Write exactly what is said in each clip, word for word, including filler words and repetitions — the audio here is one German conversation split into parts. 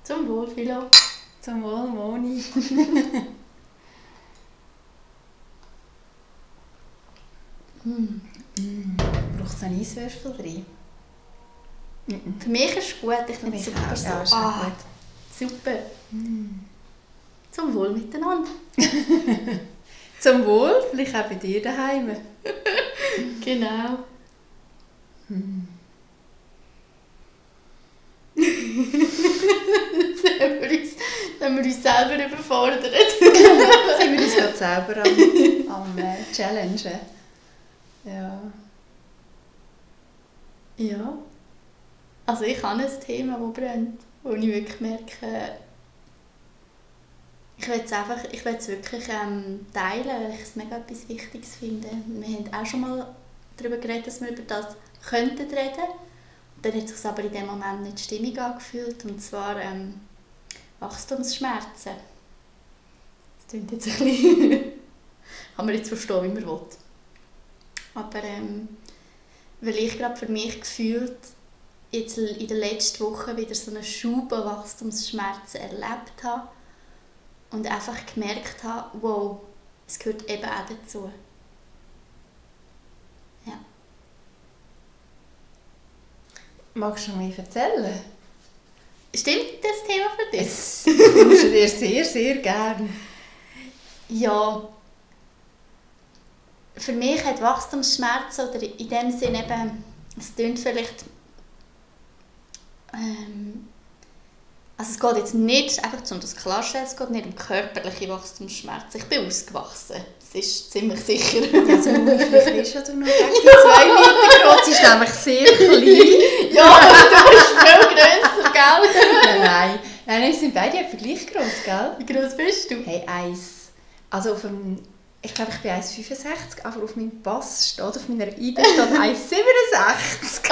Zum Wohl, Philo. Zum Wohl, Moni. mm. Mm. Braucht es einen Eiswürfel drin? Mm-mm. Für mich ist es gut, ich finde es super auch. so. Ja, ist Ah, gut. super. Mm. Zum Wohl miteinander. Zum Wohl, vielleicht auch bei dir daheim. Genau. Mm. Jetzt haben wir uns, haben wir uns selber überfordert. Sind wir uns gerade selber am, am äh, challengen. Ja. Ja. Also ich habe ein Thema, das brennt, wo ich wirklich merke, ich will es einfach, ich will es wirklich ähm, teilen, weil ich es mega etwas Wichtiges finde. Wir haben auch schon mal darüber geredet, dass wir über das könnten reden. Dann hat es sich aber in dem Moment nicht stimmig angefühlt, und zwar ähm, Wachstumsschmerzen. Das klingt jetzt ein bisschen... kann man jetzt verstehen, wie man will. Aber ähm, weil ich gerade für mich gefühlt jetzt in den letzten Wochen wieder so einen Schub an Wachstumsschmerzen erlebt habe und einfach gemerkt habe, wow, es gehört eben auch dazu. Ja. Magst du mir erzählen? Stimmt das Thema für dich? Das wünsche ich dir sehr, sehr gerne. Ja. Für mich hat Wachstumsschmerzen, oder in dem Sinne eben, es klingt vielleicht, ähm, also es geht jetzt nicht, einfach um das klarzustellen, es geht nicht um körperliche Wachstumsschmerzen. Ich bin ausgewachsen, das ist ziemlich sicher. Ja, so vielleicht ist ja du noch die zwei Meter groß, sie ist nämlich sehr klein. Ja, aber du bist viel grösser, gell? Nein, nein, nein, wir sind beide etwa gleich groß, gell? Wie groß bist du? Hey, eins. Also auf dem, ich glaube, ich bin eins Komma fünfundsechzig, aber auf meinem Pass steht, auf meiner I D steht eins Komma siebenundsechzig.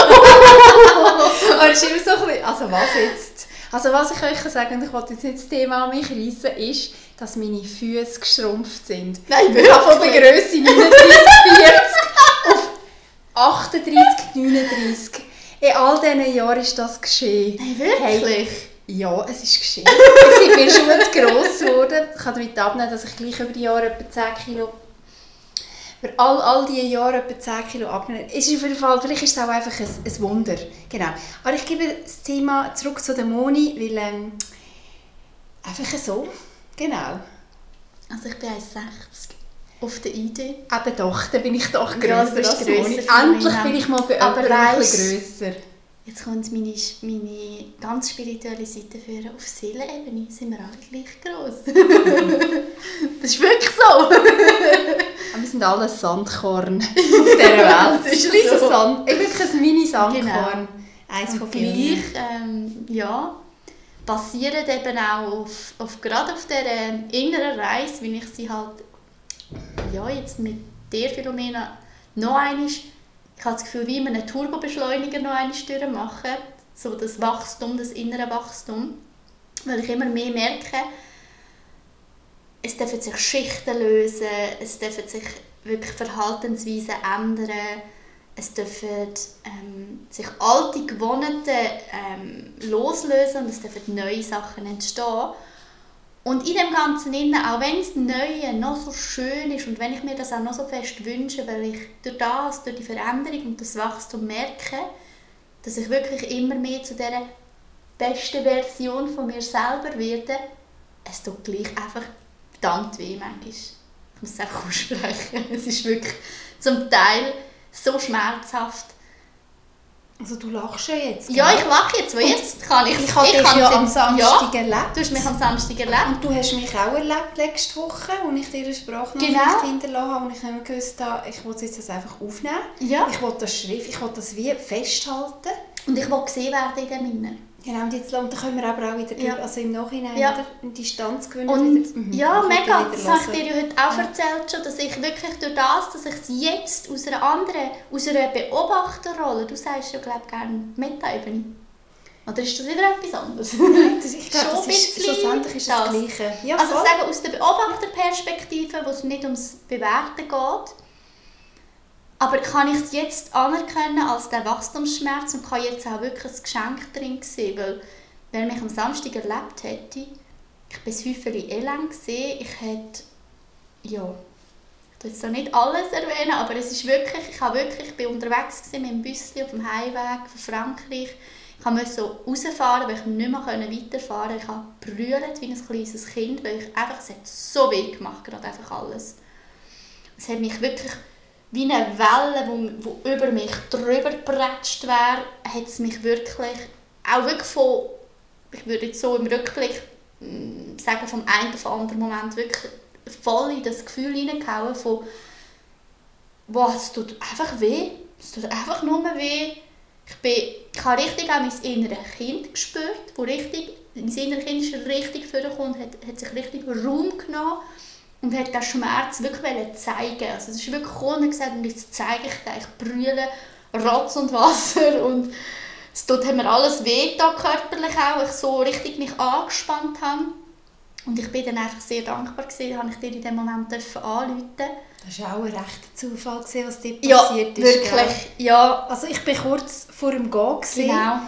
Aber es ist immer so ein bisschen, also was jetzt? Also was ich euch sagen kann, und ich wollte jetzt nicht das Thema an mich reissen, ist, dass meine Füße geschrumpft sind. Nein, Ich habe von der Grösse neununddreißig vierzig auf achtunddreißig neununddreißig. In all diesen Jahren ist das geschehen. Nein, wirklich? Hey, ja, es ist geschehen. Ich bin mir schon zu gross geworden. Ich kann damit abnehmen, dass ich gleich über die Jahre etwa zehn Kilo... Über all, all diese Jahre etwa zehn Kilo abgenommen. Es ist auf jeden Fall, vielleicht ist es auch einfach ein, ein Wunder. Genau. Aber ich gebe das Thema zurück zu der Moni, weil ähm, einfach so. Genau. Also ich bin eins Komma sechzig auf der I D. Eben doch, dann bin ich doch grösser Ja, du bist als grösser Moni. für Endlich mich. bin ich mal bei Aber jemandem ein weisst- bisschen grösser. Jetzt kommt meine, meine ganz spirituelle Seite führen. Auf Seelenebene sind wir alle gleich gross. Das ist wirklich so. Aber wir sind alle ein Sandkorn auf dieser Welt. Das ist ein kleines so. Sand, wirklich ein Mini-Sandkorn. Genau. Eins von Und vielen. gleich, ähm, ja, basiert eben auch auf, auf, gerade auf dieser inneren Reise, wie ich sie halt, ja, jetzt mit dir, Philomena, noch einmal, ich habe das Gefühl, wie wir einen Turbobeschleuniger noch einmal durchmachen, so das Wachstum, das innere Wachstum, weil ich immer mehr merke, es dürfen sich Schichten lösen, es dürfen sich wirklich Verhaltensweisen ändern, es dürfen ähm, sich alte Gewohnheiten ähm, loslösen und es dürfen neue Sachen entstehen. Und in dem Ganzen, auch wenn das Neue noch so schön ist und wenn ich mir das auch noch so fest wünsche, weil ich durch das, durch die Veränderung und das Wachstum merke, dass ich wirklich immer mehr zu dieser besten Version von mir selber werde, es tut gleich einfach verdammt weh manchmal. Ich muss es einfach aussprechen. Es ist wirklich zum Teil so schmerzhaft. Also du lachst ja jetzt, Ja, gell? ich lache jetzt, weil jetzt kann ich... Ich habe dich kann ja es am jetzt- Samstag Ja, erlebt. du hast mich am Samstag erlebt. Und du hast mich auch erlebt letzte Woche, als ich dir eine Sprachnachricht Genau. hinterlassen habe und ich nicht gewusst habe, ich wollte es jetzt einfach aufnehmen. Ja. Ich wollte das Schrift, ich wollte das wie festhalten. Und ich will gesehen werden in dem Innen. Genau, und jetzt und dann können wir aber auch wieder Ja. durch, also im Nachhinein Ja. wieder eine Distanz gewinnen. Und wieder. Mhm. ja, Ich will mega. wieder Das habe ich hören. dir ja heute auch erzählt schon, dass ich wirklich durch das, dass ich es jetzt aus einer anderen, aus einer Beobachterrolle, du sagst ja, glaube ich, gerne Meta-Ebene. Oder ist das wieder etwas anderes? Nein, das, ich glaube, Schon das ein ist, bisschen schlussendlich ist das das. Gleiche. Ja, Also voll. sagen, aus der Beobachterperspektive, wo es nicht ums Bewerten geht, aber kann ich es jetzt anerkennen als der Wachstumsschmerz und kann jetzt auch wirklich ein Geschenk drin sehen, weil wenn er mich am Samstag erlebt hätte, ich war ein Häufchen elend, ich hätte, ja, ich will jetzt da nicht alles erwähnen, aber es ist wirklich, ich, habe wirklich, ich bin unterwegs mit dem Büsschen auf dem Heimweg von Frankreich. Ich musste so rausfahren, weil ich nicht mehr weiterfahren konnte. Ich habe gebrüllt wie ein kleines Kind, weil ich einfach, es hat so weh gemacht, gerade einfach alles. Es hat mich wirklich, wie eine Welle, die wo, wo über mich drüber gepratscht wäre, hat es mich wirklich, auch wirklich von, ich würde jetzt so im Rückblick sagen, vom einen auf den anderen Moment wirklich voll in das Gefühl hineingehauen von wow, es tut einfach weh, es tut einfach nur weh. Ich, bin, ich habe richtig auch mein inneres Kind gespürt, wo richtig, mein inneres Kind ist richtig vorgekommen, hat, hat sich richtig Raum genommen und hat den Schmerz wirklich zeigen. Also es ist wirklich gekommen und gesagt, und jetzt zeige ich dir, ich brülle Rotz und Wasser und es tut, hat mir alles wehgetan, körperlich auch, ich so richtig mich angespannt habe. Und ich bin dann einfach sehr dankbar gewesen, dass ich dir in diesem Moment anrufen durfte. Das war auch ein rechter Zufall, was dir passiert ja, ist. Wirklich, gell? ja. Also ich war kurz vor dem Gehen. Genau.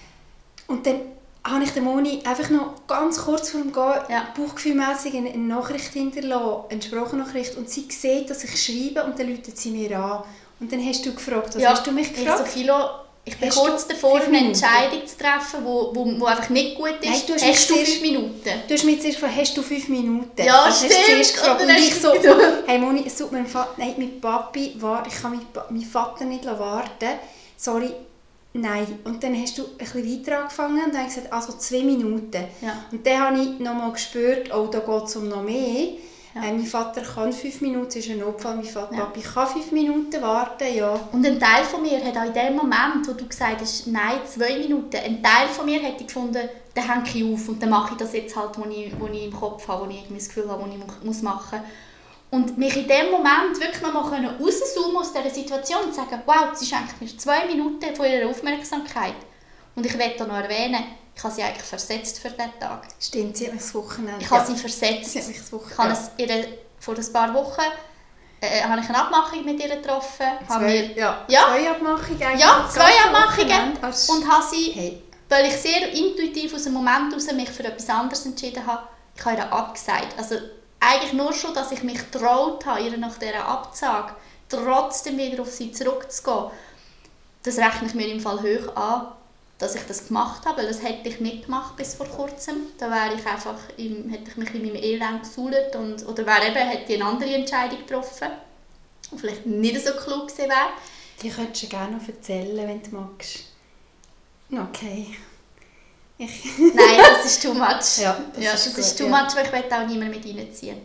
Und dann habe ich der Moni einfach noch ganz kurz vor dem Gehen ja. bauchgefühlmässig eine, eine Nachricht hinterlassen, eine Sprachnachricht. Und sie sieht, dass ich schreibe und dann ruft sie mir an. Und dann hast du gefragt, was ja, hast du mich gefragt? Ich so Philo, ich bin hast kurz davor, eine Entscheidung zu treffen, die wo, wo, wo einfach nicht gut ist. Nein, du hast, hast du fünf zuerst, Minuten? Du hast mich zuerst gefragt, hast du fünf Minuten? Ja, also stimmt. Hast du gefragt. Und, und ich so, so, hey Moni, es tut mir Vater, nein, mein Papi, war, ich kann meinen Vater nicht warten. Sorry, nein. Und dann hast du ein bisschen weiter angefangen und dann habe ich gesagt, also zwei Minuten. Ja. Und dann habe ich noch mal gespürt, oh, da geht es um noch mehr. Ja. Äh, mein Vater kann fünf Minuten, es ist ein Notfall, mein Vater, ja. Papi kann fünf Minuten warten, ja. Und ein Teil von mir hat auch in dem Moment, wo du gesagt hast, nein, zwei Minuten, ein Teil von mir hätte gefunden, dann hänge ich auf und dann mache ich das jetzt halt, was ich, was ich im Kopf habe, wo ich irgendwie das Gefühl habe, was ich muss machen muss. Und mich in dem Moment wirklich noch mal rauszoomen aus dieser Situation und sagen, wow, es ist eigentlich nur zwei Minuten von ihrer Aufmerksamkeit. Und ich möchte noch erwähnen, ich habe sie eigentlich versetzt für diesen Tag. Stimmt, sie hat mich das Wochenende. Ich habe sie versetzt. Sie hat mich das Wochenende. Ich habe es ihre, vor ein paar Wochen äh, habe ich eine Abmachung mit ihr getroffen. Zwei, wir, ja, ja, zwei Abmachungen. Ja, zwei Abmachungen. Als und habe sie, hey. weil ich sehr intuitiv aus dem Moment heraus mich für etwas anderes entschieden habe, ich habe ihr abgesagt. Also eigentlich nur schon, dass ich mich getraut habe, ihr nach dieser Absage trotzdem wieder auf sie zurückzugehen. Das rechne ich mir im Fall hoch an, dass ich das gemacht habe, weil das hätte ich nicht gemacht bis vor kurzem. Da wäre ich einfach im, hätte ich mich in meinem Elend gesuhlt und oder wäre eben, hätte ich eine andere Entscheidung getroffen, die vielleicht nicht so klug gewesen wäre. Die könntest du gerne noch erzählen, wenn du magst. Okay. Ich Nein, das ist too much. Ja, das, ja, ist, das gut, ist too ja. much, weil ich will auch niemanden mit reinziehen.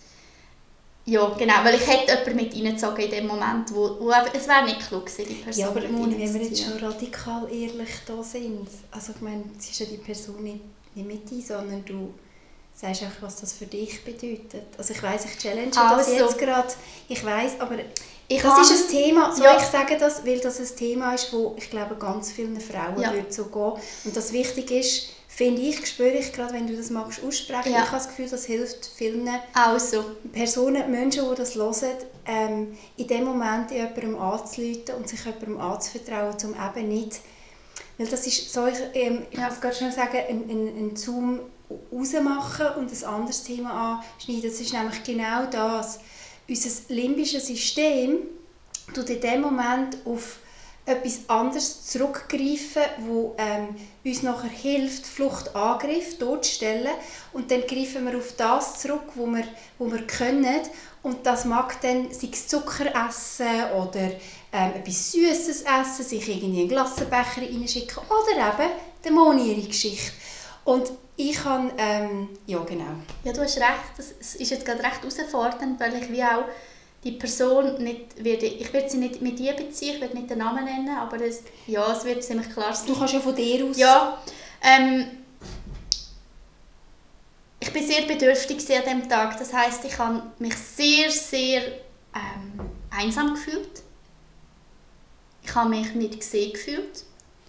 Ja, genau, weil ich hätte jemanden mit reingezogen in dem Moment, wo, wo es wäre nicht klug gewesen, die Person. Ja, aber Moni, wenn wir jetzt schon radikal ehrlich da sind, also ich meine, es ist ja die Person nicht, nicht mit dir, sondern du sagst auch, was das für dich bedeutet. Also ich weiss, ich challenge also, das jetzt gerade, ich weiss, aber ich das ist ein Thema, so ja. ich sage das, weil das ein Thema ist, wo ich glaube, ganz vielen Frauen ja. würde so gehen. Und das wichtig ist, finde ich, spüre ich gerade, wenn du das magst aussprechen, ja. ich habe das Gefühl, das hilft vielen also. Personen, Menschen, die das hören, ähm, in dem Moment jemandem anzurufen und sich jemandem anzuvertrauen, um eben nicht, weil das ist, so ich, ähm, ich ja. kann es gerade schnell sagen, ein, ein, ein Zoom rausmachen und ein anderes Thema anschneiden, das ist nämlich genau das. Unser limbisches System tut in dem Moment auf etwas anderes zurückgreifen, wo ähm, uns nachher hilft, Flucht, Angriff totzustellen. Und dann greifen wir auf das zurück, wo wir, wo wir können. Und das mag dann sei es Zucker essen oder ähm, etwas Süßes essen, sich irgendwie einen Glassenbecher reinschicken oder eben die Moni-Geschichte. Und ich kann, ähm, ja genau. Ja, du hast recht, das ist jetzt gerade recht herausfordernd, weil ich wie auch die Person nicht werde, ich werde sie nicht mit dir beziehen, ich werde nicht den Namen nennen, aber es, ja, es wird ziemlich klar sein. Du kannst ja von dir aus... Ja, ähm, ich war sehr bedürftig an diesem Tag, das heisst, ich habe mich sehr, sehr ähm, einsam gefühlt. Ich habe mich nicht gesehen gefühlt.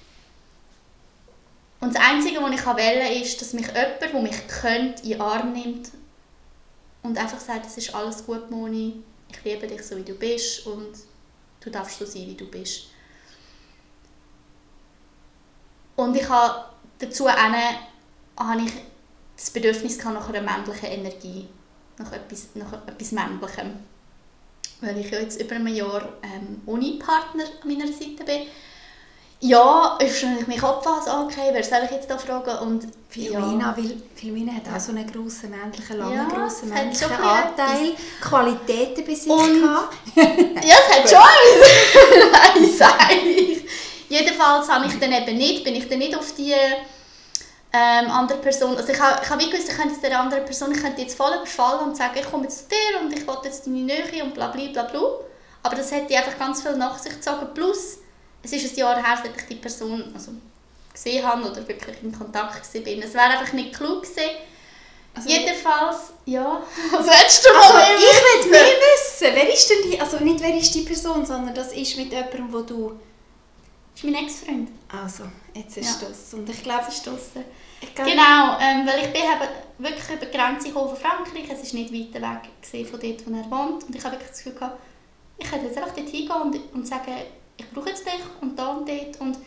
Und das Einzige, was ich wollte, ist, dass mich jemand, der mich kennt, in den Arm nimmt und einfach sagt, es ist alles gut, Moni, ich liebe dich so, wie du bist und du darfst so sein, wie du bist. Und ich habe dazu habe ich das Bedürfnis nach einer männlichen Energie, nach etwas, nach etwas Männlichem. Weil ich ja jetzt über ein Jahr ähm, ohne Partner an meiner Seite bin. Ja, ist schon mein Kopf was, okay, wer soll ich jetzt da fragen? Und Philomena, ja. Philomena hat auch so einen grossen männlichen, langen, ja, grossen männlichen Anteil, Qualitäten bei sich und, gehabt. Ja, es hat schon Nein, sage ich. Jedenfalls habe ich dann eben nicht, bin ich dann nicht auf die ähm, andere Person, also ich habe, ich habe wie gewusst, ich könnte jetzt der anderen Person, ich könnte jetzt voll überfallen und sagen, ich komme jetzt zu dir und ich will jetzt deine Nähe und bla bla bla bla. Aber das hätte einfach ganz viel nach sich gezogen. Plus, es ist ein Jahr her, seit ich die Person also, gesehen habe oder wirklich in Kontakt war. Es wäre einfach nicht klug gewesen. Also, jedenfalls, ja. Also hättest du also, mal ich will mehr wissen. Wer ist denn die, also nicht wer ist die Person, sondern das ist mit jemandem, wo du... Das ist mein Ex-Freund. Also, jetzt ist ja. das. Und ich glaube, es ist das. Genau, ähm, weil ich bin wirklich über die Grenze von Frankreich. Es war nicht weiter weg von dort, wo er wohnt. Und ich habe wirklich das Gefühl gehabt, ich könnte jetzt einfach dort hingehen und, und sagen, ich brauche jetzt dich und da und dort. Und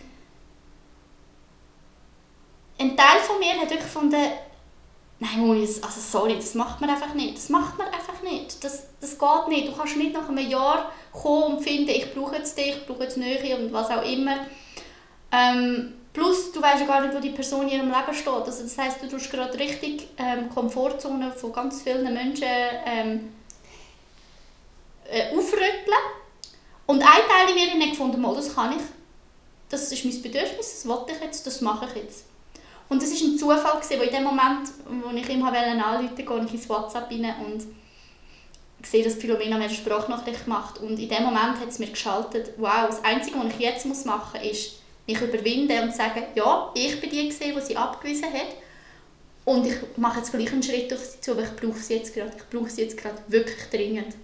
ein Teil von mir hat wirklich gefunden, nein, Moni, also sorry, das macht man einfach nicht. Das macht man einfach nicht. Das, das geht nicht. Du kannst nicht nach einem Jahr kommen und finden, ich brauche jetzt dich, ich brauche jetzt Nähe und was auch immer. Ähm, plus, du weißt ja gar nicht, wo die Person in ihrem Leben steht. Also das heisst, du tust gerade richtig ähm, Komfortzone von ganz vielen Menschen ähm, äh, aufrütteln. Und ein Teil in mir hat gefunden, mal, das kann ich. Das ist mein Bedürfnis, das will ich jetzt, das mache ich jetzt. Und das war ein Zufall, wo in dem Moment, wo ich ihm anrufen wollte, gehe ich ins WhatsApp rein und sehe, dass Philomena mir eine Sprachnachricht macht. Und in dem Moment hat es mir geschaltet, wow, das Einzige, was ich jetzt machen muss, ist, mich überwinden und sagen, ja, ich bin die gesehen, die sie abgewiesen hat. Und ich mache jetzt gleich einen Schritt auf sie zu, aber ich brauche sie jetzt gerade. Ich brauche sie jetzt gerade wirklich dringend.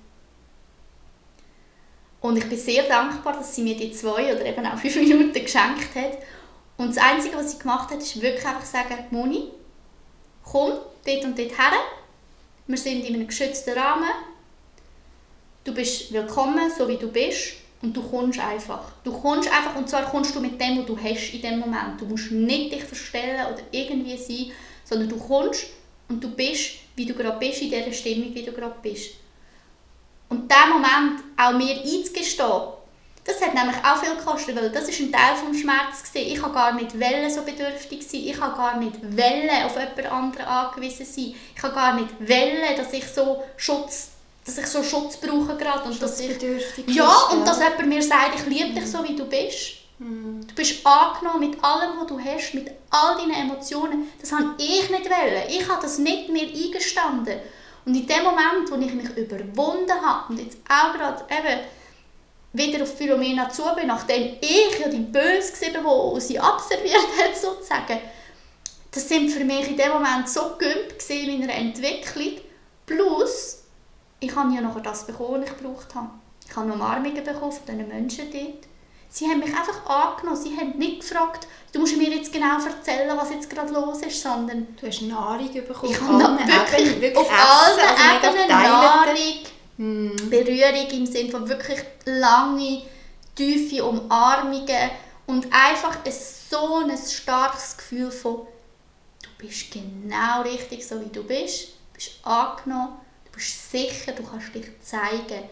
Und ich bin sehr dankbar, dass sie mir die zwei oder eben auch fünf Minuten geschenkt hat. Und das Einzige, was sie gemacht hat, ist wirklich einfach sagen, Moni, komm dort und dort her. Wir sind in einem geschützten Rahmen. Du bist willkommen, so wie du bist. Und du kommst einfach. Du kommst einfach, und zwar kommst du mit dem, was du hast in dem Moment. Du musst nicht dich verstellen oder irgendwie sein, sondern du kommst und du bist, wie du gerade bist, in dieser Stimmung, wie du gerade bist. Und diesen Moment auch mir einzugestehen, das hat nämlich auch viel gekostet, weil das war ein Teil des Schmerzes. Ich wollte gar nicht so bedürftig sein, ich wollte gar nicht auf jemand anderen angewiesen sein, ich wollte gar nicht, dass ich so Schutz, dass ich so Schutz brauche gerade. Und dass ich, ja, und dass jemand mir sagt, ich liebe dich so, wie du bist. Mm. Du bist angenommen mit allem, was du hast, mit all deinen Emotionen. Das wollte ich nicht wollen. Ich habe das nicht mir eingestanden. Und in dem Moment, wo ich mich überwunden habe und jetzt auch gerade eben wieder auf Philomena zu bin, nachdem ich ja die Böse war, die sie abserviert hat, sozusagen, das sind für mich in dem Moment so gümpf in meiner Entwicklung. Plus, ich habe ja nachher das bekommen, was ich gebraucht habe. Ich habe Umarmungen bekommen von diesen Menschen dort. Sie haben mich einfach angenommen. Sie haben nicht gefragt, du musst mir jetzt genau erzählen, was jetzt gerade los ist, sondern... Du hast Nahrung bekommen. Ich habe wirklich, Ebenen, wirklich auf allen also Ebenen Nahrung, mm. Berührung im Sinne von wirklich lange, tiefe Umarmungen und einfach ein, so ein starkes Gefühl von, du bist genau richtig, so wie du bist, du bist angenommen, du bist sicher, du kannst dich zeigen.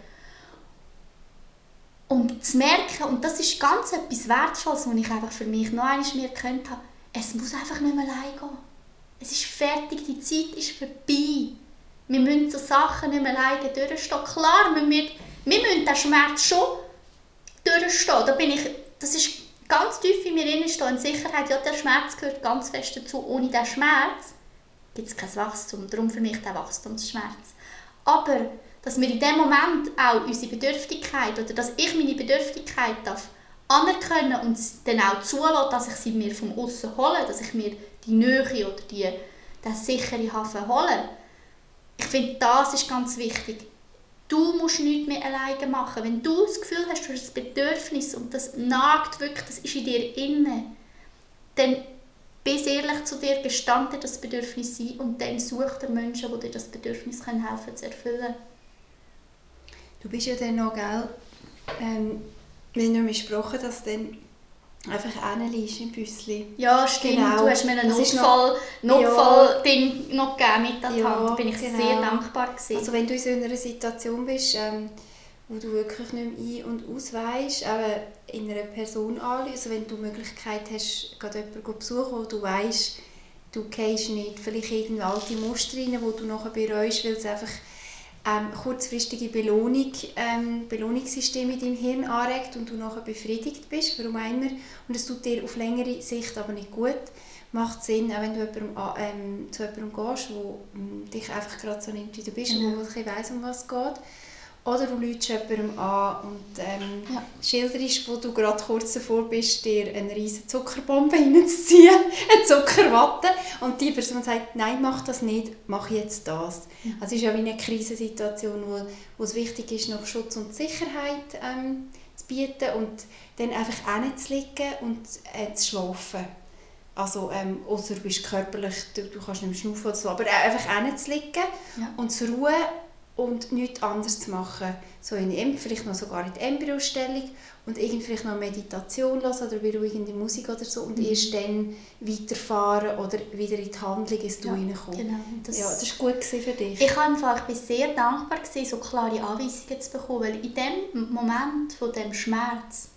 Und zu merken, und das ist ganz etwas Wertvolles, was ich einfach für mich noch einmal mir erkannt habe, es muss einfach nicht mehr allein gehen. Es ist fertig, die Zeit ist vorbei. Wir müssen so Sachen nicht mehr alleine durchstehen. Klar, wir, wir, wir müssen den Schmerz schon durchstehen. Da bin ich, das ist ganz tief in mir drin stehen, in Sicherheit. Ja, der Schmerz gehört ganz fest dazu. Ohne diesen Schmerz gibt es kein Wachstum. Darum für mich der Wachstumsschmerz. Aber dass wir in dem Moment auch unsere Bedürftigkeit oder dass ich meine Bedürftigkeit darf anerkennen und dann auch zulassen, dass ich sie mir vom Aussen hole, dass ich mir die Nähe oder die, den sicheren Hafen hole. Ich finde, das ist ganz wichtig. Du musst nichts mehr alleine machen. Wenn du das Gefühl hast, du hast ein Bedürfnis und das nagt wirklich, das ist in dir inne, dann bist ehrlich zu dir, gestand dir das Bedürfnis sein und dann such dir Menschen, die dir das Bedürfnis helfen können, zu erfüllen. Du bist ja dann noch, gell, ähm, wir haben ja besprochen, dass dann einfach hinliegst im Büsschen. Ja, stimmt. Genau. Du hast mir ein Das ist Notfall, noch- Notfall-Ding noch gegeben mit an die Ja, Hand. Da bin ich genau. sehr dankbar gewesen. Also wenn du in so einer Situation bist, ähm, wo du wirklich nicht mehr ein- und ausweisst, aber in einer Person anrufen, also wenn du die Möglichkeit hast, gerade jemanden zu besuchen, wo du weißt, du gehst nicht vielleicht in alte Muster rein, wo du nachher bereust, weil es einfach ähm, kurzfristige Belohnung, ähm, Belohnungssystem in deinem Hirn anregt und du nachher befriedigt bist, warum auch immer, und es tut dir auf längere Sicht aber nicht gut, macht Sinn, auch wenn du jemandem, ähm, zu jemandem gehst, der dich einfach gerade so nimmt, wie du bist, Genau. und wo wirklich weiss, um was es geht. Oder du rufst jemandem an und ähm, Ja. schilderst, wo du gerade kurz davor bist, dir eine riesige Zuckerbombe reinzuziehen, eine Zuckerwatte, und die Person sagt, nein, mach das nicht, mach jetzt das. Mhm. Also es ist ja wie eine Krisensituation, wo, wo es wichtig ist, noch Schutz und Sicherheit ähm, zu bieten und dann einfach hinzulegen und äh, zu schlafen. Also, ähm, ausser du bist körperlich, du, du kannst nicht mehr schnaufen oder so, aber einfach hinzulegen Ja. und zu ruhen und nichts anderes zu machen. So in, vielleicht noch sogar in die Embryostellung und irgendwie vielleicht noch Meditation hören oder beruhigende Musik oder so und Mhm. erst dann weiterfahren oder wieder in die Handlung ins Du Ja, reinkommen. genau. Das, Ja, das war gut für dich. ich, einfach, ich war sehr dankbar, gewesen, so klare Anweisungen zu bekommen, weil in dem Moment von dem Schmerz,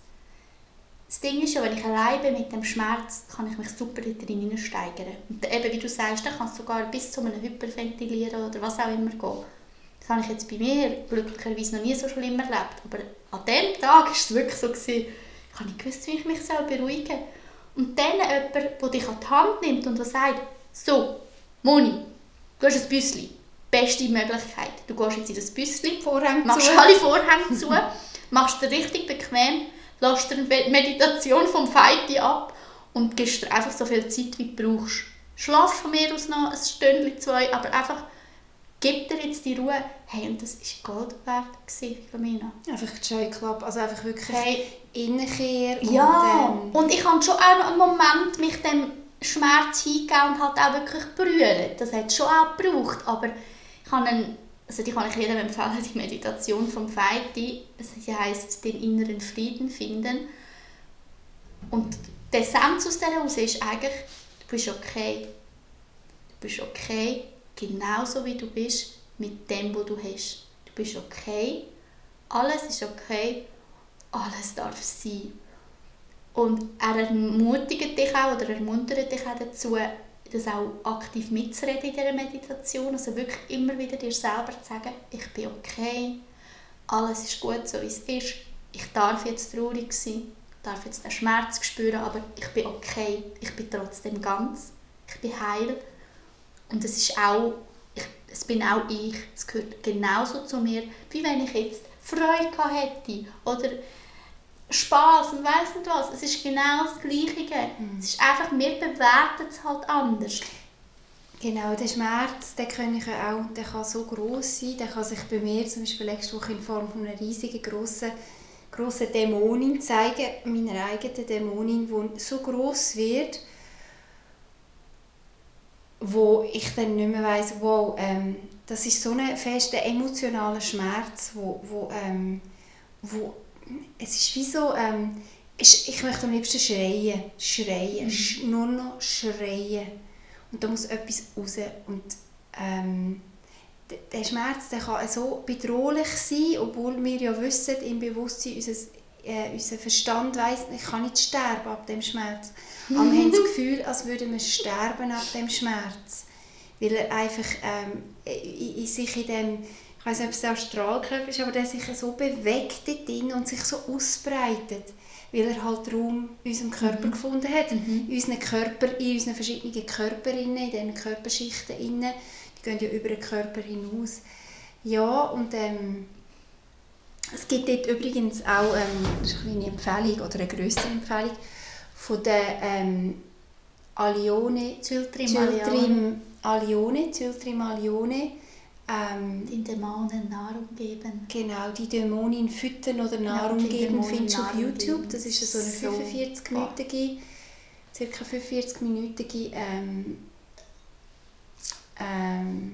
das Ding ist ja, wenn ich allein bin mit dem Schmerz, kann ich mich super darin steigern. Und eben, wie du sagst, dann kann es sogar bis zu einem Hyperventilieren oder was auch immer gehen. Das habe ich jetzt bei mir glücklicherweise noch nie so schlimm erlebt. Aber an dem Tag war es wirklich so, gewesen, ich habe nicht gewusst, wie ich mich beruhigen soll. Und dann jemand, der dich an die Hand nimmt und der sagt, so, Moni, du hast ein Büsschen, beste Möglichkeit. Du gehst jetzt in das Büsschen, Vorhänge machst zu. alle Vorhänge zu, machst dir richtig bequem, lässt dir eine Meditation vom Feiti ab und gibst dir einfach so viel Zeit, wie du brauchst. Schlafst von mir aus noch ein Stündchen, zwei, aber einfach gib dir jetzt die Ruhe. Hey, und das war Gold wert, Philomena. Einfach die Scheuklappe, also einfach wirklich Hey, Innenkehr. ja, Und, ähm, und ich habe schon auch noch einen Moment mich dem Schmerz hingegeben und halt auch wirklich berührt. Das hat es schon auch gebraucht, aber ich habe einen, also die kann ich jedem empfehlen, die Meditation vom Feiti. Sie heisst, den inneren Frieden finden. Und die Essenz aus dieser heraus ist eigentlich, du bist okay. Du bist okay, genauso wie du bist, mit dem, was du hast. Du bist okay, alles ist okay, alles darf sein. Und er ermutigt dich auch oder ermuntert dich auch dazu, das auch aktiv mitzureden in dieser Meditation. Also wirklich immer wieder dir selber zu sagen, ich bin okay, alles ist gut, so wie es ist. Ich darf jetzt traurig sein, ich darf jetzt den Schmerz spüren, aber ich bin okay, ich bin trotzdem ganz, ich bin heil. Und es ist auch, ich, es bin auch ich, es gehört genauso zu mir, wie wenn ich jetzt Freude gehabt hätte oder Spass und weiss nicht was. Es ist genau das Gleiche. Mhm. Es ist einfach, wir bewerten es halt anders. Genau, der Schmerz, der kann, ich auch, der kann so gross sein, der kann sich bei mir zum Beispiel letzte Woche in Form von einer riesigen, grossen, grossen Dämonin zeigen, meiner eigenen Dämonin, die so gross wird, wo ich dann nicht mehr weiss, wow, ähm, das ist so ein fester emotionaler Schmerz, wo, wo, ähm, wo es ist wie so, ähm, ich, ich möchte am liebsten schreien, schreien, mhm. sch, nur noch schreien. Und da muss etwas raus. Und ähm, der Schmerz, der kann so bedrohlich sein, obwohl wir ja wissen, im Bewusstsein, unser, äh, unser Verstand weiss, ich kann nicht sterben ab dem Schmerz. Aber wir haben das Gefühl, als würden wir sterben ab dem Schmerz. Weil er einfach ähm, in, in sich in dem, ich weiss nicht, ob es der Astralkörper ist, aber der sich so bewegt drin und sich so ausbreitet, weil er halt Raum in unserem Körper mhm. gefunden hat. Mhm. In unseren Körper, in unseren verschiedenen Körpern, in diesen Körperschichten, die gehen ja über den Körper hinaus. Ja, und ähm, es gibt dort übrigens auch ähm, eine Empfehlung oder eine grössere Empfehlung von der ähm, Alione, Zyltrim Alione, Zyltrim Alione, Ähm, den Dämonen Nahrung geben. Genau, die Dämonin füttern oder Nahrung ja, geben findest du auf YouTube. Das ist so eine fünfundvierzig-minütige, ca. fünfundvierzig-minütige ähm, ähm,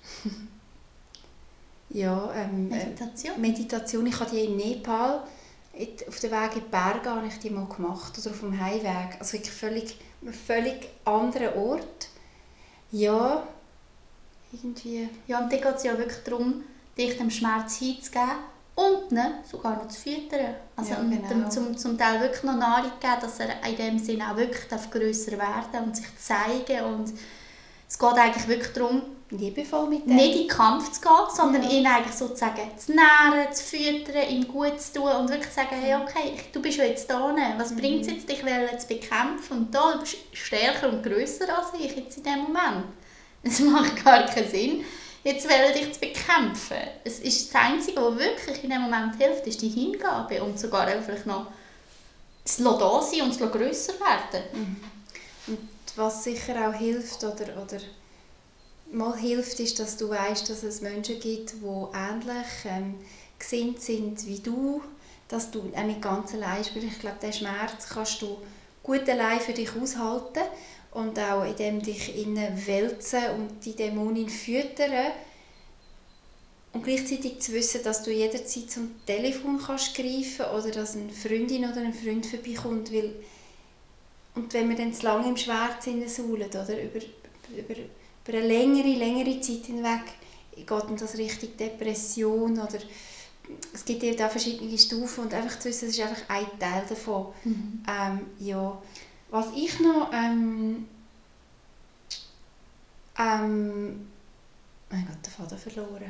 ja, ähm, Meditation. Meditation. Ich habe die in Nepal auf dem Weg in die Berge habe ich die mal gemacht, oder auf dem Heimweg. Also wirklich völlig, ein völlig anderer Ort. Ja, irgendwie... Ja, und dann geht es ja wirklich darum, dich dem Schmerz hinzugeben und ihn sogar noch zu füttern. Also Ja, genau. zum, zum Teil wirklich noch Nahrung geben, dass er in dem Sinne auch wirklich grösser werden und sich zeigen. Und es geht eigentlich wirklich darum, liebevoll mit dem. nicht in den Kampf zu gehen, sondern Ja. ihn eigentlich sozusagen zu nähren, zu füttern, ihm gut zu tun und wirklich zu sagen, hey, okay, du bist ja jetzt da, was Mhm. bringt es jetzt, dich zu bekämpfen und da, du bist stärker und grösser als ich jetzt in dem Moment. Es macht gar keinen Sinn, jetzt wollen dich zu bekämpfen. Es ist das Einzige, was wirklich in dem Moment hilft, ist die Hingabe und sogar auch vielleicht noch das da sein und das grösser werden. Und was sicher auch hilft oder, oder mal hilft, ist, dass du weißt, dass es Menschen gibt, die ähnlich ähm, gesinnt sind wie du, dass du auch nicht ganz allein bist. Ich glaube, diesen Schmerz kannst du gut allein für dich aushalten und auch indem dich innen wälzen und die Dämonin füttern. Und gleichzeitig zu wissen, dass du jederzeit zum Telefon kannst greifen oder dass eine Freundin oder ein Freund vorbeikommt. Weil, und wenn wir dann zu lange im Schmerz saulen, oder über, über, über eine längere, längere Zeit hinweg, geht dann das Richtung Depression oder es gibt eben auch verschiedene Stufen und einfach zu wissen, das ist einfach ein Teil davon. Mhm. Ähm, ja. Was ich noch ähm, ähm, mein Gott, den Faden verloren.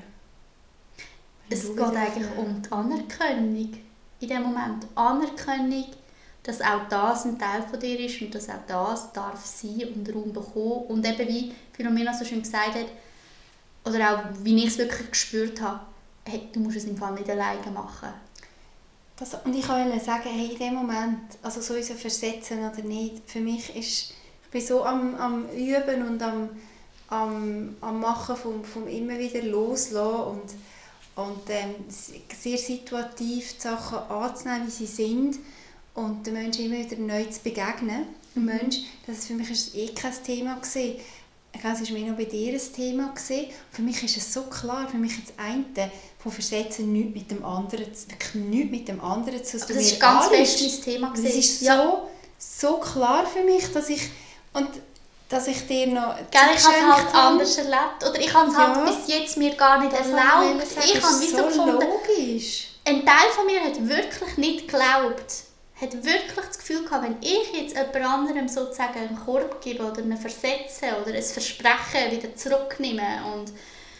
Es Du geht wieder eigentlich auf- um die Anerkennung. In dem Moment Anerkennung, dass auch das ein Teil von dir ist und dass auch das darf sein und Raum bekommen. Und eben wie Philomena so schön gesagt hat, oder auch wie ich es wirklich gespürt habe, hey, du musst es im Fall nicht alleine machen. Das, und ich wollte sagen, hey, in dem Moment, also so unser Versetzen oder nicht, für mich ist, ich bin so am, am Üben und am, am, am Machen vom, vom immer wieder loslassen und, und ähm, sehr situativ die Sachen anzunehmen, wie sie sind und den Menschen immer wieder neu zu begegnen. Mhm. Mensch, das ist für mich ist eh kein Thema gewesen. Ich glaube, es war mehr noch bei dir ein Thema gewesen. Für mich ist es so klar, für mich ist das eine von Versetzen nichts mit dem anderen, wirklich nichts mit dem anderen zu tun. Das war ganz fest mein Thema. Das ist ja. so, so klar für mich, dass ich, und dass ich dir noch Gell, ich habe es halt habe. anders erlebt. Oder ich habe es Ja. halt bis jetzt mir gar nicht Das erlaubt. ich, sagen, Ich habe wie ist so so gefunden, logisch. ein Teil von mir hat wirklich nicht geglaubt, hat wirklich das Gefühl gehabt, wenn ich jetzt jemand anderem sozusagen einen Korb gebe oder einen Versetzen oder ein Versprechen wieder zurücknehme und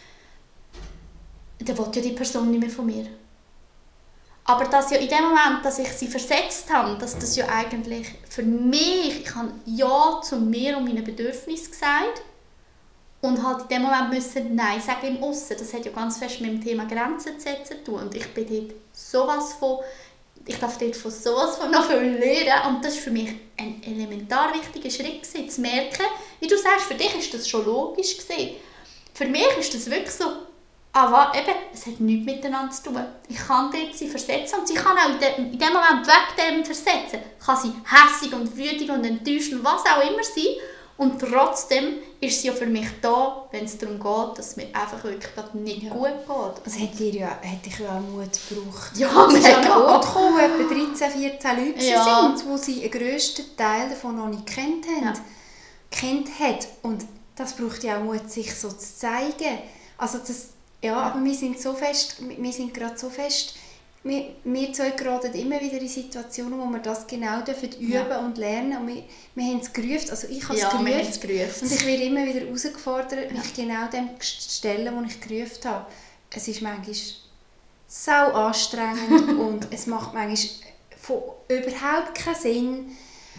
dann will ja die Person nicht mehr von mir. Aber dass ja in dem Moment, dass ich sie versetzt habe, dass das ja eigentlich für mich, ich habe Ja zu mir und meinen Bedürfnissen gesagt und halt in dem Moment müssen Nein sagen im Aussen. Das hat ja ganz fest mit dem Thema Grenzen zu setzen zu tun und ich bin dort sowas von, ich darf dort von sowas von noch viel lernen und das war für mich ein elementar wichtiger Schritt gewesen, zu merken, wie du sagst, für dich ist das schon logisch gewesen. Für mich ist das wirklich so, aber eben, es hat nichts miteinander zu tun. Ich kann dort sie versetzen und sie kann auch in dem, in dem Moment weg dem versetzen, kann sie hässig und wütend und enttäuscht und was auch immer sein. Und trotzdem ist sie ja für mich da, wenn es darum geht, dass es mir einfach wirklich gerade nicht Ja. gut geht. Es hat dir ja, hat dich ja auch Mut gebraucht. Ja, es ist an einen mega. Ort gekommen, wo etwa dreizehn, vierzehn Leute Ja. sind, wo sie den grössten Teil davon noch nicht kennt haben. Ja. Kennt hat. Und das braucht ja auch Mut, sich so zu zeigen. Also das, ja, Ja. aber wir sind so fest, wir sind gerade so fest, wir, wir zwei geraten immer wieder in Situationen, wo wir das genau dürfen üben Ja. und lernen. Und wir, wir haben es gerufen, also ich habe es Ja, wir haben gerufen. es gerufen. Und ich werde immer wieder herausgefordert, Ja. mich genau dem zu stellen, wo ich gerufen habe. Es ist manchmal sau anstrengend und es macht manchmal von überhaupt keinen Sinn.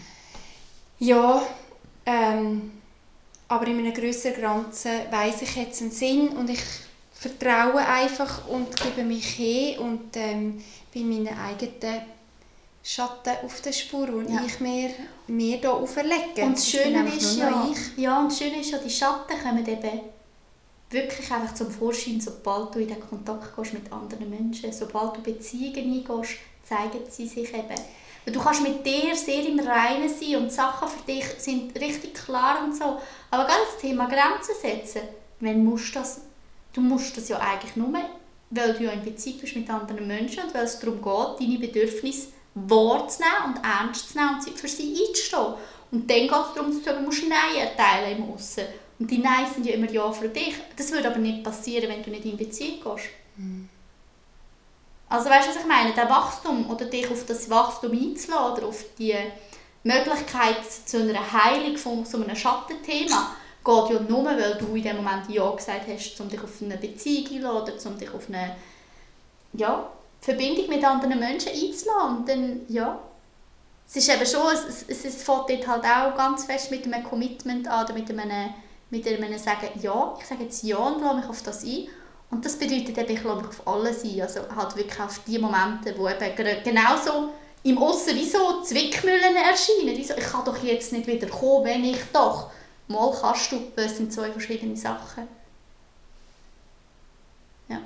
Ja, ähm, aber in einem grösseren Ganzen weiss ich jetzt einen Sinn und ich vertraue einfach und gebe mich hin und ähm, bin meinen eigenen Schatten auf der Spur, die Ja. ich mir, mir hier auferlege. Und das Ich bin Schöne einfach ist nur ja, noch ich. ja, und das Schöne ist ja, die Schatten kommen eben wirklich einfach zum Vorschein, sobald du in den Kontakt gehst mit anderen Menschen. Sobald du Beziehungen eingehst, zeigen sie sich eben. Weil du kannst mit dir sehr im Reinen sein und die Sachen für dich sind richtig klar und so. Aber gerade das Thema Grenzen setzen, wenn musst du das, du musst das ja eigentlich nur weil du ja in Beziehung bist mit anderen Menschen und weil es darum geht, deine Bedürfnisse wahrzunehmen und ernst zu nehmen und für sie einzustehen. Und dann geht es darum, dass du musst Nein erteilen im Aussen. Und die Nein sind ja immer Ja für dich. Das würde aber nicht passieren, wenn du nicht in Beziehung gehst. Mhm. Also weißt du, was ich meine? Der Wachstum oder dich auf das Wachstum einzulassen oder auf die Möglichkeit zu einer Heilung von so einem Schattenthema geht ja nur, weil du in dem Moment Ja gesagt hast, um dich auf eine Beziehung einzuladen oder um dich auf eine ja, Verbindung mit anderen Menschen einzuladen. Und dann, ja, es ist eben schon, es, es, es fängt dort halt auch ganz fest mit einem Commitment an, oder mit einem, mit einem Sagen, ja, ich sage jetzt Ja und lasse mich auf das ein. Und das bedeutet eben, ich lasse mich auf alles ein, also halt wirklich auf die Momente, wo eben genauso im Aussen wie so Zwickmühlen erscheinen. Wie so, ich kann doch jetzt nicht wieder kommen, wenn ich doch. Mal kannst du, das sind zwei verschiedene Sachen. Ja.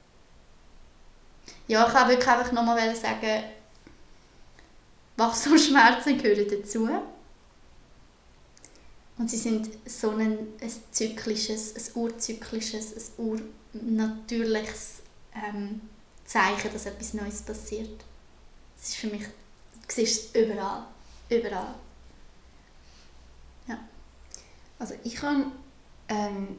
Ja, ich wollte wirklich einfach nochmal sagen, Wachstumsschmerzen gehören dazu. Und sie sind so ein, ein zyklisches, ein urzyklisches, ein urnatürliches ähm, Zeichen, dass etwas Neues passiert. Das ist für mich, du siehst es überall. Überall. Ja. Also ich habe ähm,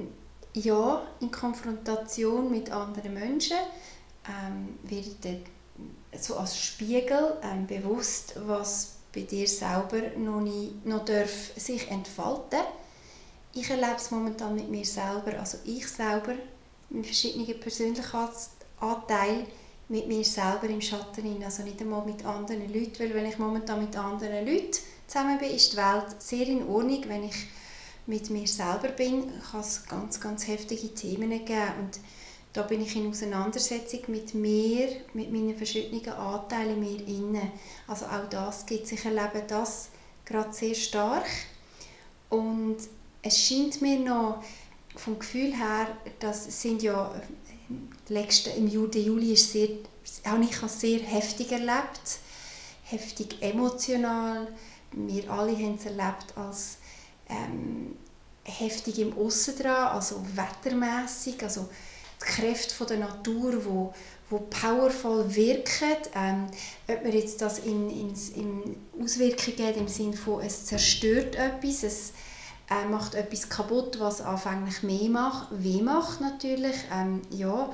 ja in Konfrontation mit anderen Menschen ähm, werde so als Spiegel ähm, bewusst, was bei dir selber noch, nicht, noch darf sich entfalten. Ich erlebe es momentan mit mir selber, also ich selber mit verschiedenen Persönlichkeitsanteilen mit mir selber im Schatten, also nicht einmal mit anderen Leuten, weil wenn ich momentan mit anderen Leuten zusammen bin, ist die Welt sehr in Ordnung. Wenn ich mit mir selber bin, kann es ganz, ganz heftige Themen geben und da bin ich in Auseinandersetzung mit mir, mit meinen verschiedenen Anteilen in mir inne. Also auch das gibt es. Ich erlebe das gerade sehr stark. Und es scheint mir noch vom Gefühl her, das sind ja letzten, im Juli, Juli ist sehr, auch ich habe es sehr heftig erlebt, heftig emotional. Wir alle haben es erlebt als ähm, heftig im Aussen dran, also wettermässig, also die Kräfte von der Natur, wo, wo powervoll wirken. Ähm, ob man jetzt das in, in, in Auswirkungen hat, im Sinne von, es zerstört etwas, es äh, macht etwas kaputt, was anfänglich mehr macht, weh macht natürlich. Ähm, ja,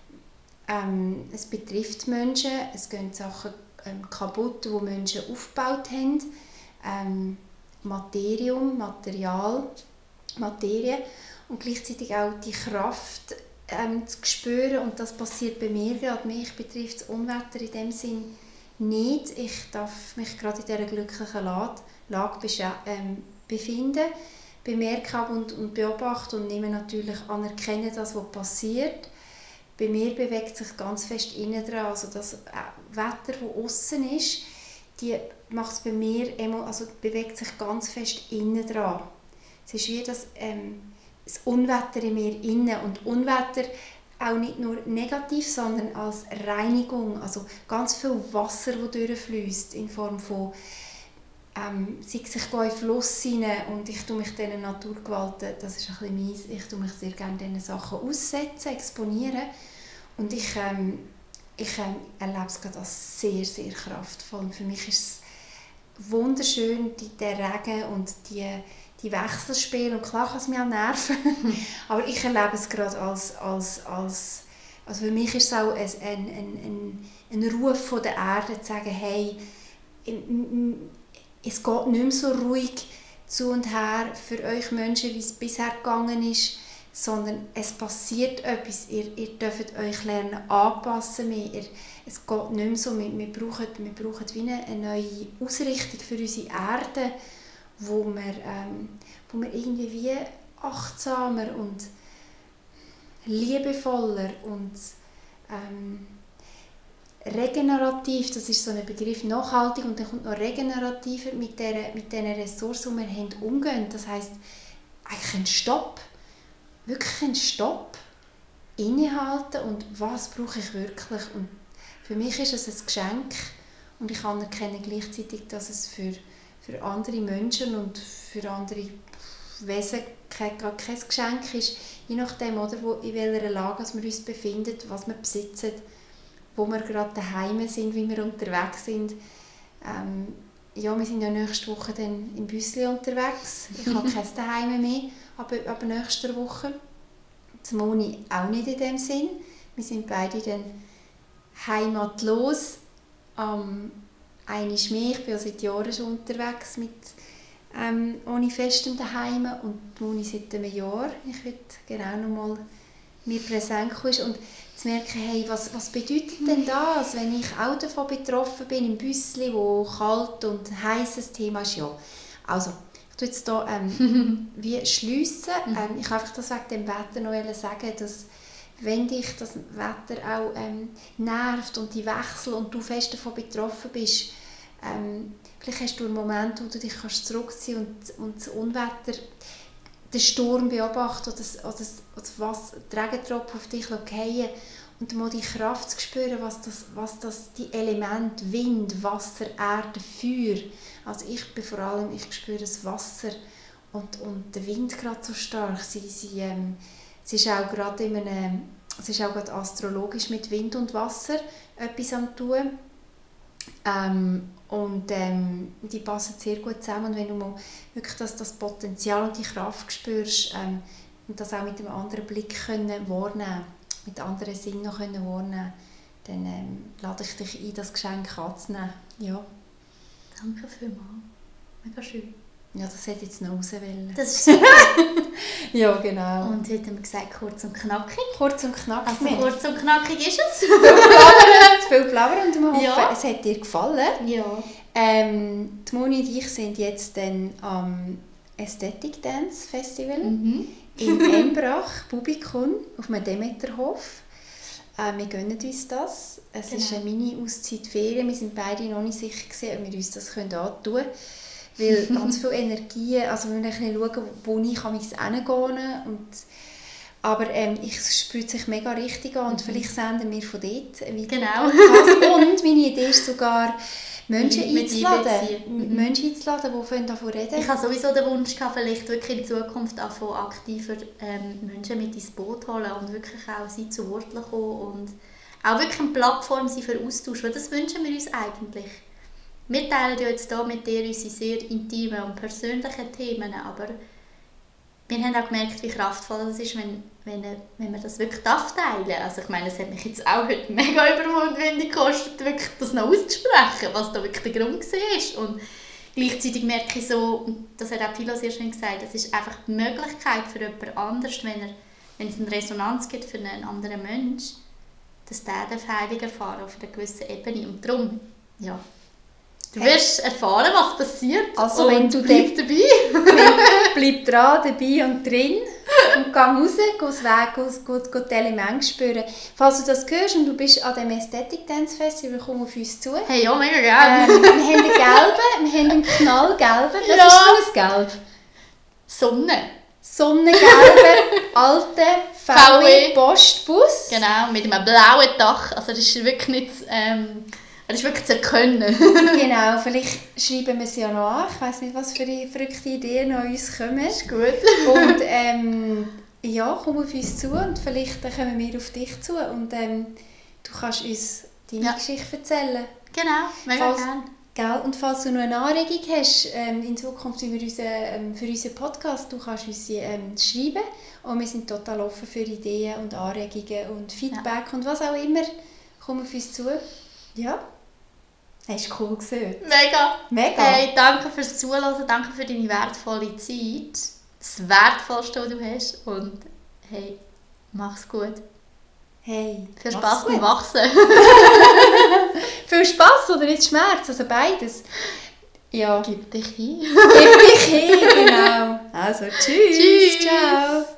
ähm, es betrifft Menschen, es gehen Sachen ähm, kaputt, die Menschen aufgebaut haben. Ähm, Materium, Material, Materie und gleichzeitig auch die Kraft ähm, zu spüren, und das passiert bei mir gerade. Mich betrifft das Unwetter in dem Sinn nicht. Ich darf mich gerade in dieser glücklichen Lage, Lage ähm, befinden, bemerke und, und beobachte und nehme natürlich anerkenne das, was passiert. Bei mir bewegt sich ganz fest innen dran, also das Wetter, das außen ist, die macht es bei mir, also bewegt sich ganz fest innen dran. Es ist wie das, ähm, das Unwetter in mir innen, und Unwetter auch nicht nur negativ, sondern als Reinigung, also ganz viel Wasser, das durchfließt in Form von ähm, sei es, ich gehe in den Fluss rein und ich tue mich diesen Naturgewalten, das ist ein bisschen meins, ich tue mich sehr gerne diesen Sachen aussetzen, exponieren, und ich, ähm, ich ähm, erlebe es gerade als sehr, sehr kraftvoll. Und für mich ist es wunderschön, die, der Regen und die, die Wechselspiele, und klar kann es mich auch nerven, aber ich erlebe es gerade als, als, als also für mich ist es auch ein, ein, ein, ein Ruf von der Erde, zu sagen, hey, es geht nicht mehr so ruhig zu und her für euch Menschen, wie es bisher gegangen ist, sondern es passiert etwas. Ihr, ihr dürft euch lernen anpassen. Ihr, es geht nicht mehr so. Wir, wir, brauchen, wir brauchen wie eine, eine neue Ausrichtung für unsere Erde, wo wir, ähm, wo wir irgendwie wie achtsamer und liebevoller und ähm, regenerativ, das ist so ein Begriff, nachhaltig, und dann kommt noch regenerativer mit der, mit den Ressourcen, die wir haben, umgehen. Das heisst, eigentlich ein Stopp, wirklich ein Stopp, innehalten und was brauche ich wirklich. Und für mich ist es ein Geschenk, und ich anerkenne gleichzeitig, dass es für, für andere Menschen und für andere Wesen kein, kein Geschenk ist, je nachdem, oder, wo, in welcher Lage wir uns befinden, was wir besitzen, wo wir gerade daheim sind, wie wir unterwegs sind. Ähm, ja, wir sind ja nächste Woche dann im Büsli unterwegs. Ich habe kein Daheim mehr, aber ab nächster Woche. Das Moni auch nicht in dem Sinn. Wir sind beide dann heimatlos. Ähm, eine ist mehr, ich bin ja seit Jahren schon unterwegs mit, ähm, ohne festem Daheim und Moni seit einem Jahr. Ich würde gerne noch mal mir präsent kommen und zu merken, hey, was, was bedeutet denn das, wenn ich auch davon betroffen bin, im Büssli, wo kalt und heißes Thema ist, ja. Also, ich tue jetzt hier ähm, wie schliessen. Ähm, ich kann einfach das wegen dem Wetter noch sagen, dass wenn dich das Wetter auch ähm, nervt und die Wechsel und du fest davon betroffen bist, ähm, vielleicht hast du einen Moment, wo du dich kannst zurückziehen und, und das Unwetter, den Sturm beobachten oder, das, oder, das, oder was, die Regentropfen auf dich fallen und mal die Kraft zu spüren, was das, was das die Elemente Wind, Wasser, Erde, Feuer, also ich bin vor allem, ich spüre das Wasser und, und der Wind gerade so stark, sie, sie, ähm, sie ist auch gerade in einem, es ist auch gerade astrologisch mit Wind und Wasser etwas am tun. Ähm, und ähm, die passen sehr gut zusammen und wenn du mal wirklich das, das Potenzial und die Kraft spürst ähm, und das auch mit einem anderen Blick können wahrnehmen, mit anderen Sinnen noch können wahrnehmen, dann ähm, lade ich dich ein, das Geschenk anzunehmen. Ja. Danke vielmals. Mega schön. Ja, das hätte jetzt noch rauswählen. Das ist super. Ja, genau. Und heute haben wir gesagt, kurz und knackig. Kurz und knackig. Also kurz und knackig ist es. Viel plaudern, viel plaudern und wir hoffen, Ja. es hat dir gefallen. Ja. Ähm, die Moni und ich sind jetzt dann am Aesthetic Dance Festival Mhm. in Embrach, Bubikon, auf dem Demeterhof. Äh, wir gönnen uns das. Es Genau. ist eine Mini-Auszeit-Ferien. Wir sind beide noch nicht sicher gewesen, ob wir uns das antun können. Weil ganz viel Energie, also wir müssen schauen, wo ich hingehen kann. Und, aber ähm, ich spüre sich mega richtig an und vielleicht senden wir von dort einen Genau. Podcast. Und meine Idee ist sogar, Menschen Mit einzuladen, einbeziehen. Mhm. Menschen einzuladen, die davon reden. Ich hatte sowieso den Wunsch, gehabt, vielleicht wirklich in Zukunft auch von aktiver ähm, Menschen mit ins Boot holen und wirklich auch sie zu Wort kommen und auch wirklich eine Plattform sein für Austausch, weil das wünschen wir uns eigentlich. Wir teilen ja jetzt hier mit dir unsere sehr intimen und persönlichen Themen, aber wir haben auch gemerkt, wie kraftvoll es ist, wenn, wenn, wenn man das wirklich darf teilen. Also ich meine, es hat mich jetzt auch heute mega überwindend gekostet, wirklich das noch auszusprechen, was da wirklich der Grund war. Und gleichzeitig merke ich so, und das hat auch Philo sehr schön gesagt, es ist einfach die Möglichkeit für jemand anderes, wenn, er, wenn es eine Resonanz gibt für einen anderen Menschen, dass der Heilung erfahren auf einer gewissen Ebene. Und darum, ja, du wirst erfahren, was passiert. Also, und wenn du bleib dabei. Bleib dran, dabei und drin und geh raus, geh das Weg, geh, geh, geh die Elemente spüren. Falls du das hörst und du bist an dem Aesthetic Dance Festival, komm auf uns zu. Hey, ja, mega gerne. Ähm, wir haben einen gelben, wir haben einen knallgelben. Was Ja. ist für ein Gelb? Sonne. Sonnengelben, alten V V W. W Postbus. Genau, mit einem blauen Dach. Also das ist wirklich nicht, ähm, das ist wirklich zu erkennen. Genau, vielleicht schreiben wir es ja noch an. Ich weiss nicht, was für verrückte Ideen an uns kommen. Ist gut. Und ähm, ja, komm auf uns zu und vielleicht dann kommen wir auf dich zu und ähm, du kannst uns deine Ja. Geschichte erzählen. Genau, mega Falls- gerne. Gell? Und falls du noch eine Anregung hast ähm, in Zukunft über unseren, ähm, für unseren Podcast, du kannst uns sie ähm, schreiben und wir sind total offen für Ideen und Anregungen und Feedback und was auch immer. Komm auf uns zu. Ja, hast du cool gesehen. Mega. Mega. Hey, danke fürs Zuhören, danke für deine wertvolle Zeit. Das Wertvollste, was du hast. Und hey, mach's gut. Hey, Viel mach's Spass beim gut. Wachsen. Viel Spass oder nicht Schmerz, also beides. Ja, Gib dich hin. gib dich hin, genau. Also tschüss. Tschüss. Ciao.